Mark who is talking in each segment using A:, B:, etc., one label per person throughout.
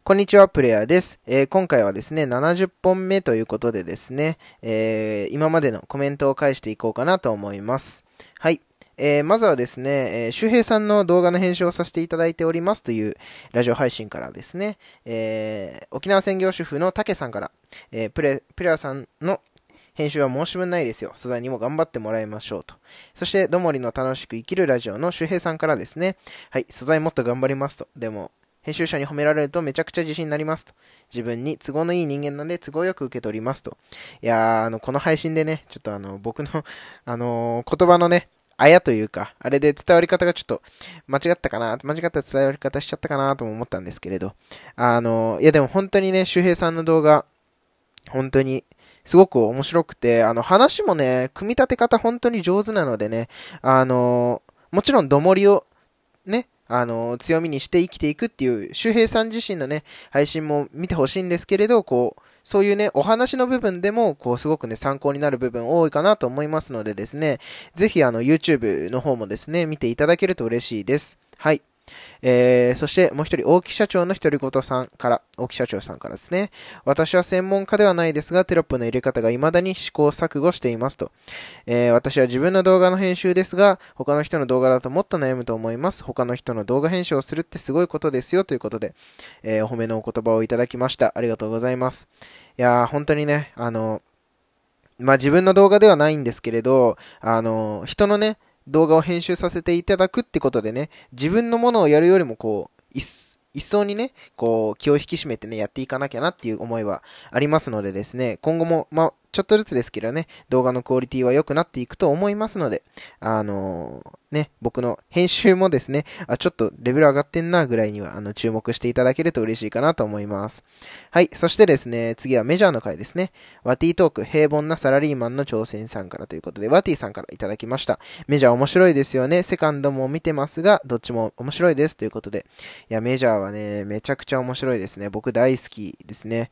A: こんにちは、プレイヤーです。今回はですね、70本目ということでですね、今までのコメントを返していこうかなと思います。はい。まずはですね、周平さんの動画の編集をさせていただいておりますというラジオ配信からですね、沖縄専業主婦のたけさんから、プレイヤーさんの編集は申し分ないですよ。素材にも頑張ってもらいましょうと。そして、どもりの楽しく生きるラジオの周平さんからですね、はい、素材もっと頑張りますと。でも、編集者に褒められるとめちゃくちゃ自信になりますと。自分に都合のいい人間なんで都合よく受け取りますと。いやー、この配信でね、ちょっと僕の、言葉のね、あやというか、あれで伝わり方がちょっと間違ったかな、間違った伝わり方しちゃったかなとも思ったんですけれど、いやでも本当にね、周平さんの動画、本当にすごく面白くて、話もね、組み立て方本当に上手なのでね、もちろんどもりをね、強みにして生きていくっていう、周平さん自身のね、配信も見てほしいんですけれど、そういうね、お話の部分でも、すごくね、参考になる部分多いかなと思いますのでですね、ぜひYouTube の方もですね、見ていただけると嬉しいです。はい。そしてもう一人、大木社長の独り言さんから、大木社長さんからですね。私は専門家ではないですが、テロップの入れ方が未だに試行錯誤していますと。私は自分の動画の編集ですが、他の人の動画だともっと悩むと思います。他の人の動画編集をするってすごいことですよということで、お褒めのお言葉をいただきました。ありがとうございます。いやー、本当にね、自分の動画ではないんですけれど、人のね、動画を編集させていただくってことでね、自分のものをやるよりも一層にね、気を引き締めてね、やっていかなきゃなっていう思いはありますのでですね、今後も、ちょっとずつですけどね、動画のクオリティは良くなっていくと思いますので、僕の編集もですね、ちょっとレベル上がってんなぐらいには、注目していただけると嬉しいかなと思います。はい、そしてですね、次はメジャーの回ですね。ワティトーク、平凡なサラリーマンの挑戦さんからということで、ワティさんからいただきました。メジャー面白いですよね。セカンドも見てますが、どっちも面白いですということで、いや、メジャーはね、めちゃくちゃ面白いですね。僕大好きですね。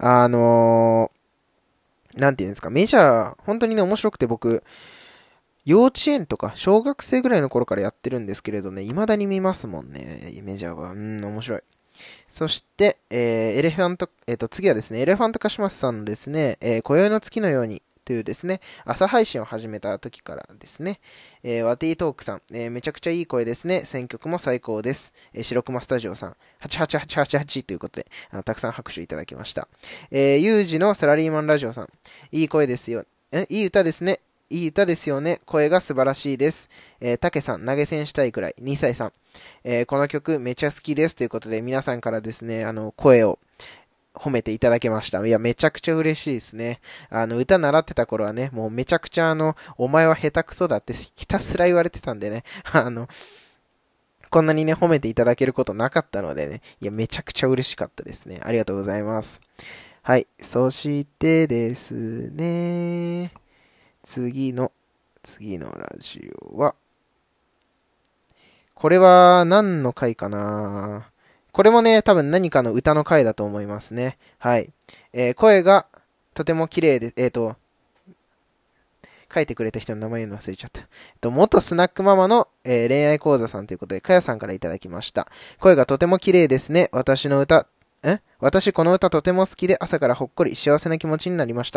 A: なんていうんですか、メジャー、本当にね、面白くて僕、幼稚園とか小学生ぐらいの頃からやってるんですけれどね、未だに見ますもんね、メジャーは。面白い。そして、エレファント、次はですね、エレファントカシマスさんのですね、今宵の月のようにというですね、朝配信を始めた時からですね、ワティトークさん、めちゃくちゃいい声ですね、選曲も最高です。白熊スタジオさん、88888ということで、たくさん拍手いただきました。ユージのサラリーマンラジオさん、いい声ですよ、いい歌ですね。いい歌ですよね。声が素晴らしいです。たけさん、投げ銭したいくらい。2歳さん、この曲めちゃ好きですということで、皆さんからですね、声を褒めていただけました。いや、めちゃくちゃ嬉しいですね。歌習ってた頃はね、もうめちゃくちゃお前は下手くそだってひたすら言われてたんでね、こんなにね、褒めていただけることなかったのでね、いや、めちゃくちゃ嬉しかったですね。ありがとうございます。はい。そしてですね、次のラジオは、これは何の回かな。これもね、多分何かの歌の回だと思いますね。はい。声がとても綺麗で、書いてくれた人の名前の忘れちゃった。元スナックママの、恋愛講座さんということで、かやさんからいただきました。声がとても綺麗ですね。私この歌とても好きで朝からほっこり幸せな気持ちになりました。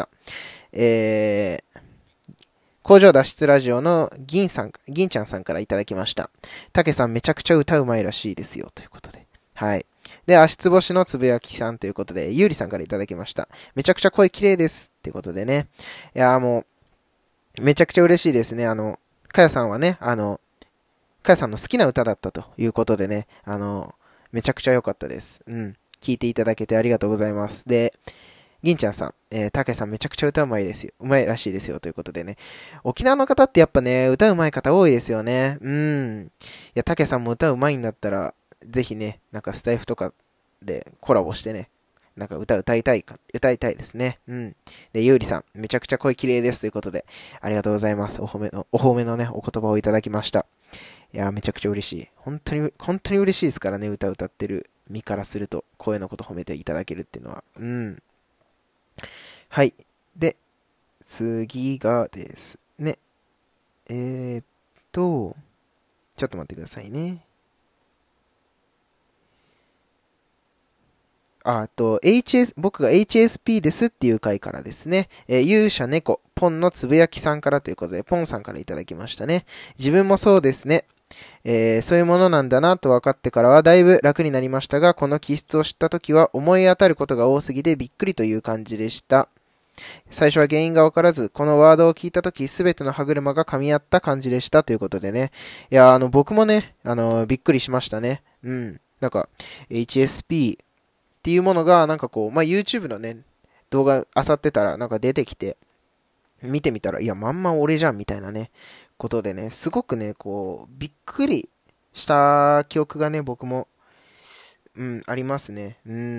A: 工場脱出ラジオの銀ちゃんさんからいただきました。たけさんめちゃくちゃ歌うまいらしいですよ。ということで。はい。で、足つぼしのつぶやきさんということで、ゆうりさんからいただきました。めちゃくちゃ声綺麗です。っていうことでね。いやーもう、めちゃくちゃ嬉しいですね。かやさんはね、かやさんの好きな歌だったということでね、めちゃくちゃ良かったです。うん。聞いていただけてありがとうございます。で、銀ちゃんさん、たけさんめちゃくちゃ歌うまいですよ。うまいらしいですよ。ということでね。沖縄の方ってやっぱね、歌うまい方多いですよね。いや、たけさんも歌うまいんだったら、ぜひね、なんかスタイフとかでコラボしてね、なんか歌いたいですね。で、ゆうりさん、めちゃくちゃ声綺麗です。ということで、ありがとうございます。お褒めのね、お言葉をいただきました。いやめちゃくちゃ嬉しい。本当に嬉しいですからね、歌ってる身からすると、声のこと褒めていただけるっていうのは。はい。で、次がですね。えーっちょっと待ってくださいね。 僕が HSP ですっていう回からですね、勇者猫、ポンのつぶやきさんからということで、ポンさんからいただきましたね。自分もそうですね。そういうものなんだなと分かってからはだいぶ楽になりましたが、この気質を知った時は思い当たることが多すぎてびっくりという感じでした。最初は原因が分からず、このワードを聞いた時、すべての歯車が噛み合った感じでしたということでね。いや、僕もね、びっくりしましたね。うん。なんか、HSP っていうものが、なんかこう、YouTube のね、動画漁ってたら、なんか出てきて、見てみたら、いや、まんま俺じゃん、みたいなね、ことでね、すごくね、こう、びっくりした記憶がね、僕も、ありますね。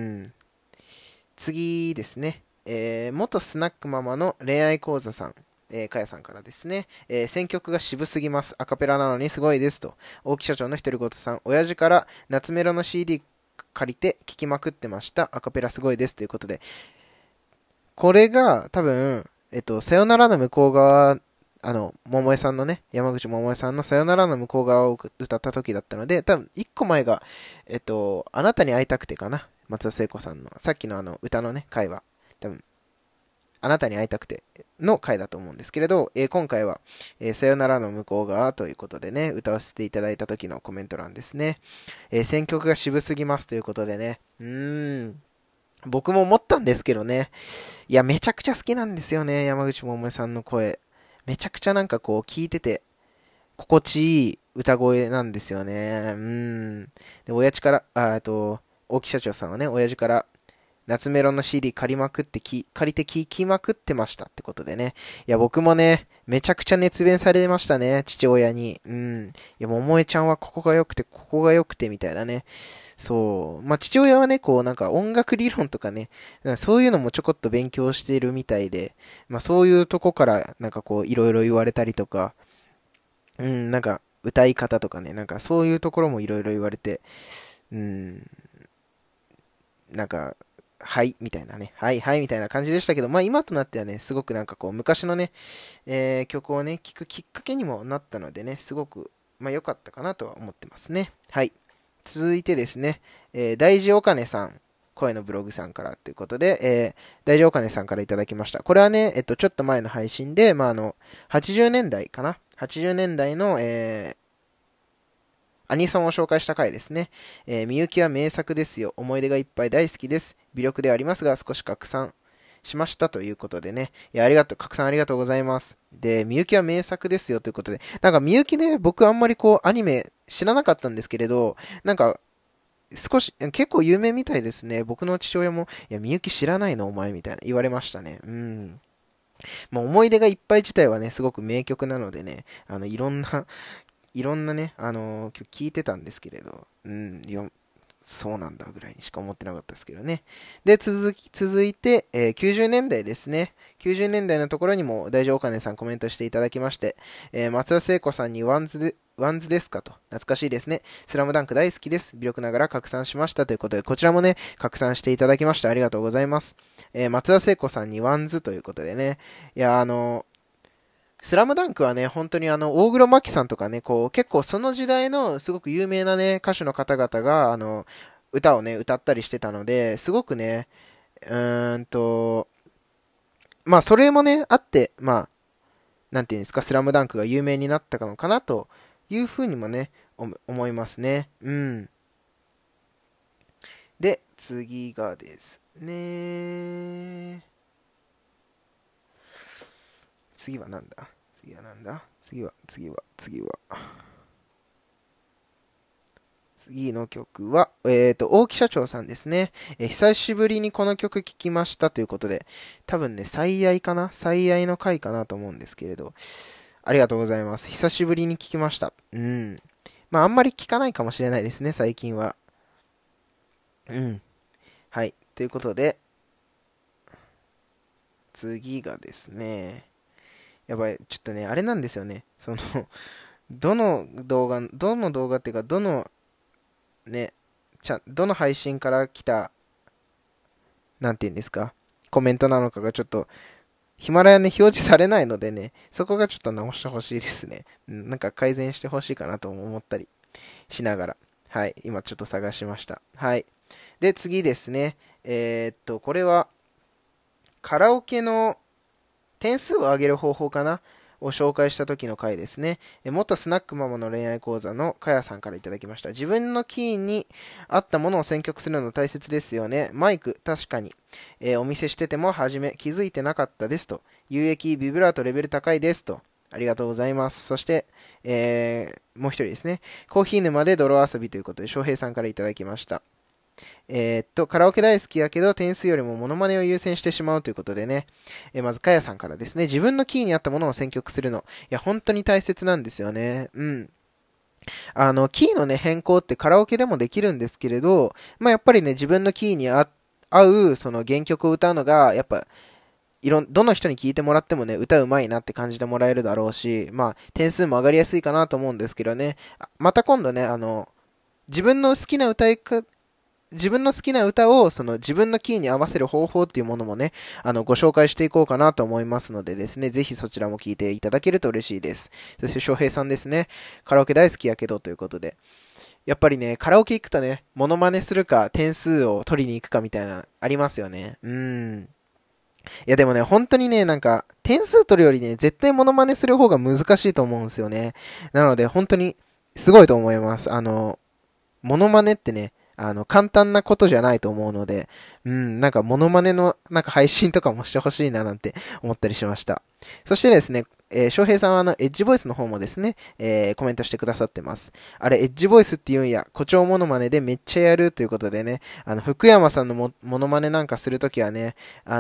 A: 次ですね。元スナックママの恋愛講座さん。かやさんからですね、選曲が渋すぎます。アカペラなのにすごいですと。大木社長の独り言さん。親父から夏メロの CD 借りて聴きまくってました。アカペラすごいですということで。これが多分、さよならの向こう側、桃江さんのね、山口百恵さんのさよならの向こう側を歌った時だったので、多分一個前が、あなたに会いたくてかな。松田聖子さんの、さっきの歌のね、回は、多分、あなたに会いたくての回だと思うんですけれど、今回は、さよならの向こう側ということでね、歌わせていただいた時のコメント欄ですね。選曲が渋すぎますということでね、僕も思ったんですけどね。いや、めちゃくちゃ好きなんですよね、山口百恵さんの声。めちゃくちゃなんかこう、聞いてて、心地いい歌声なんですよね。で、親父から、大木社長さんはね、親父から、夏メロの CD 借りて聞きまくってましたってことでね。いや、僕もね、めちゃくちゃ熱弁されましたね、父親に。いや、桃江ちゃんはここが良くて、ここが良くて、みたいなね。そう。父親はね、こう、なんか音楽理論とかね、なんかそういうのもちょこっと勉強しているみたいで、そういうとこから、なんかこう、いろいろ言われたりとか、なんか、歌い方とかね、なんかそういうところもいろいろ言われて、うん、なんか、はい、みたいなね、はい、はい、みたいな感じでしたけど、今となってはね、すごくなんかこう、昔のね、曲をね、聴くきっかけにもなったのでね、すごく、良かったかなとは思ってますね。はい。続いてですね、大事お金さん、声のブログさんからということで、大事お金さんからいただきました。これはね、ちょっと前の配信で、80年代かな ?80 年代の、アニソンを紹介した回ですね。みゆきは名作ですよ。思い出がいっぱい大好きです。微力ではありますが、少し拡散しましたということでね。いや、拡散ありがとうございます。で、みゆきは名作ですよということで。なんかみゆきね、僕あんまりこう、アニメ知らなかったんですけれど、なんか、結構有名みたいですね。僕の父親も、いや、みゆき知らないのお前みたいな言われましたね。思い出がいっぱい自体はね、すごく名曲なのでね、いろんなね、曲聞いてたんですけれど、そうなんだぐらいにしか思ってなかったですけどね。で、続いて、90年代ですね。90年代のところにも大丈夫お金さんコメントしていただきまして、松田聖子さんにワンズですかと。懐かしいですね。スラムダンク大好きです。微力ながら拡散しましたということで、こちらもね、拡散していただきましてありがとうございます。松田聖子さんにワンズということでね。いや、スラムダンクはね、本当に大黒摩季さんとかね、こう、結構その時代のすごく有名なね、歌手の方々が、歌をね、歌ったりしてたので、すごくね、それもね、あって、なんていうんですか、スラムダンクが有名になったのかな、というふうにもね、思いますね。で、次がですね、次はなんだ次はなんだ次の曲は、大木社長さんですね。久しぶりにこの曲聴きましたということで、多分ね、最愛の回かなと思うんですけれど、ありがとうございます。久しぶりに聴きました。あんまり聞かないかもしれないですね、最近は。はい。ということで、次がですね、やばい、ちょっとね、あれなんですよね。どの動画っていうか、ね、どの配信から来た、なんて言うんですか、コメントなのかがちょっと、ヒマラヤね、表示されないのでね、そこがちょっと直してほしいですね。なんか改善してほしいかなと思ったりしながら。はい、今ちょっと探しました。はい。 で、次ですね。これは、カラオケの点数を上げる方法かなを紹介した時の回ですね。元スナックママの恋愛講座のかやさんからいただきました。自分のキーに合ったものを選曲するの大切ですよね。マイク、確かに。お見せしてても初め気づいてなかったですと。有益、ビブラートレベル高いですと。ありがとうございます。そして、もう一人ですね。コーヒー沼で泥遊びということで、翔平さんからいただきました。カラオケ大好きやけど点数よりもモノマネを優先してしまうということでね、まずかやさんからですね、自分のキーに合ったものを選曲するの。いや、本当に大切なんですよね。うん。キーのね、変更ってカラオケでもできるんですけれど、まあ、やっぱりね、自分のキーに合う、その原曲を歌うのが、やっぱ、どの人に聴いてもらってもね、歌うまいなって感じてもらえるだろうし、まあ、点数も上がりやすいかなと思うんですけどね、また今度ね、自分の好きな歌いか、自分の好きな歌をその自分のキーに合わせる方法っていうものもね、ご紹介していこうかなと思いますのでですね、ぜひそちらも聞いていただけると嬉しいです。そして翔平さんですね、カラオケ大好きやけどということで、やっぱりね、カラオケ行くとね、モノマネするか点数を取りに行くかみたいな、ありますよね。いやでもね、本当にね、なんか、点数取るよりね、絶対モノマネする方が難しいと思うんですよね。なので、本当に、すごいと思います。モノマネってね、簡単なことじゃないと思うので、なんかモノマネの、なんか配信とかもしてほしいななんて思ったりしました。そしてですね、翔平さんはエッジボイスの方もですね、コメントしてくださってます。あれ、エッジボイスって言うんや、誇張モノマネでめっちゃやるということでね、福山さんのモノマネなんかするときはね、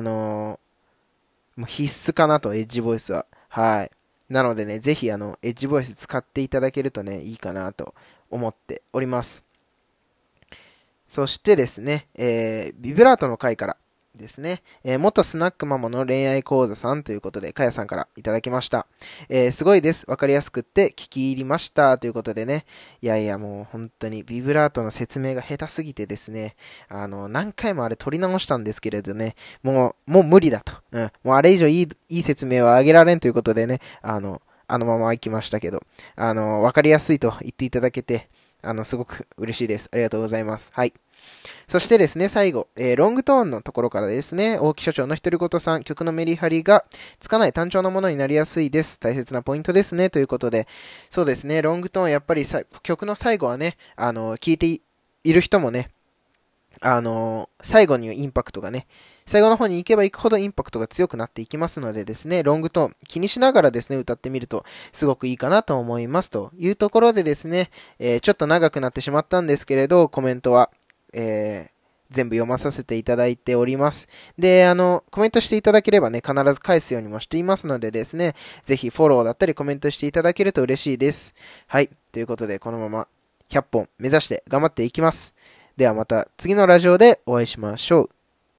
A: もう必須かなと、エッジボイスは。はい。なのでね、ぜひエッジボイス使っていただけるとね、いいかなと思っております。そしてですね、ビブラートの回からですね、元スナックママの恋愛講座さんということで、かやさんからいただきました。すごいです。わかりやすくって聞き入りましたということでね、いやいやもう本当にビブラートの説明が下手すぎてですね、何回もあれ取り直したんですけれどね、もう無理だと。もうあれ以上いい説明はあげられんということでね、あのまま行きましたけど、わかりやすいと言っていただけて、すごく嬉しいです。ありがとうございます。はい。そしてですね、最後、ロングトーンのところからですね、大木所長の独り言さん、曲のメリハリがつかない単調なものになりやすいです。大切なポイントですね。ということで、そうですね、ロングトーン、やっぱり曲の最後はね、聴いている人もね、最後にインパクトがね、最後の方に行けば行くほどインパクトが強くなっていきますのでですね、ロングトーン気にしながらですね、歌ってみるとすごくいいかなと思いますというところでですね、ちょっと長くなってしまったんですけれど、コメントは、全部読まさせていただいております。で、コメントしていただければね、必ず返すようにもしていますのでですね、ぜひフォローだったりコメントしていただけると嬉しいです。はい。ということで、このまま100本目指して頑張っていきます。ではまた次のラジオでお会いしましょう。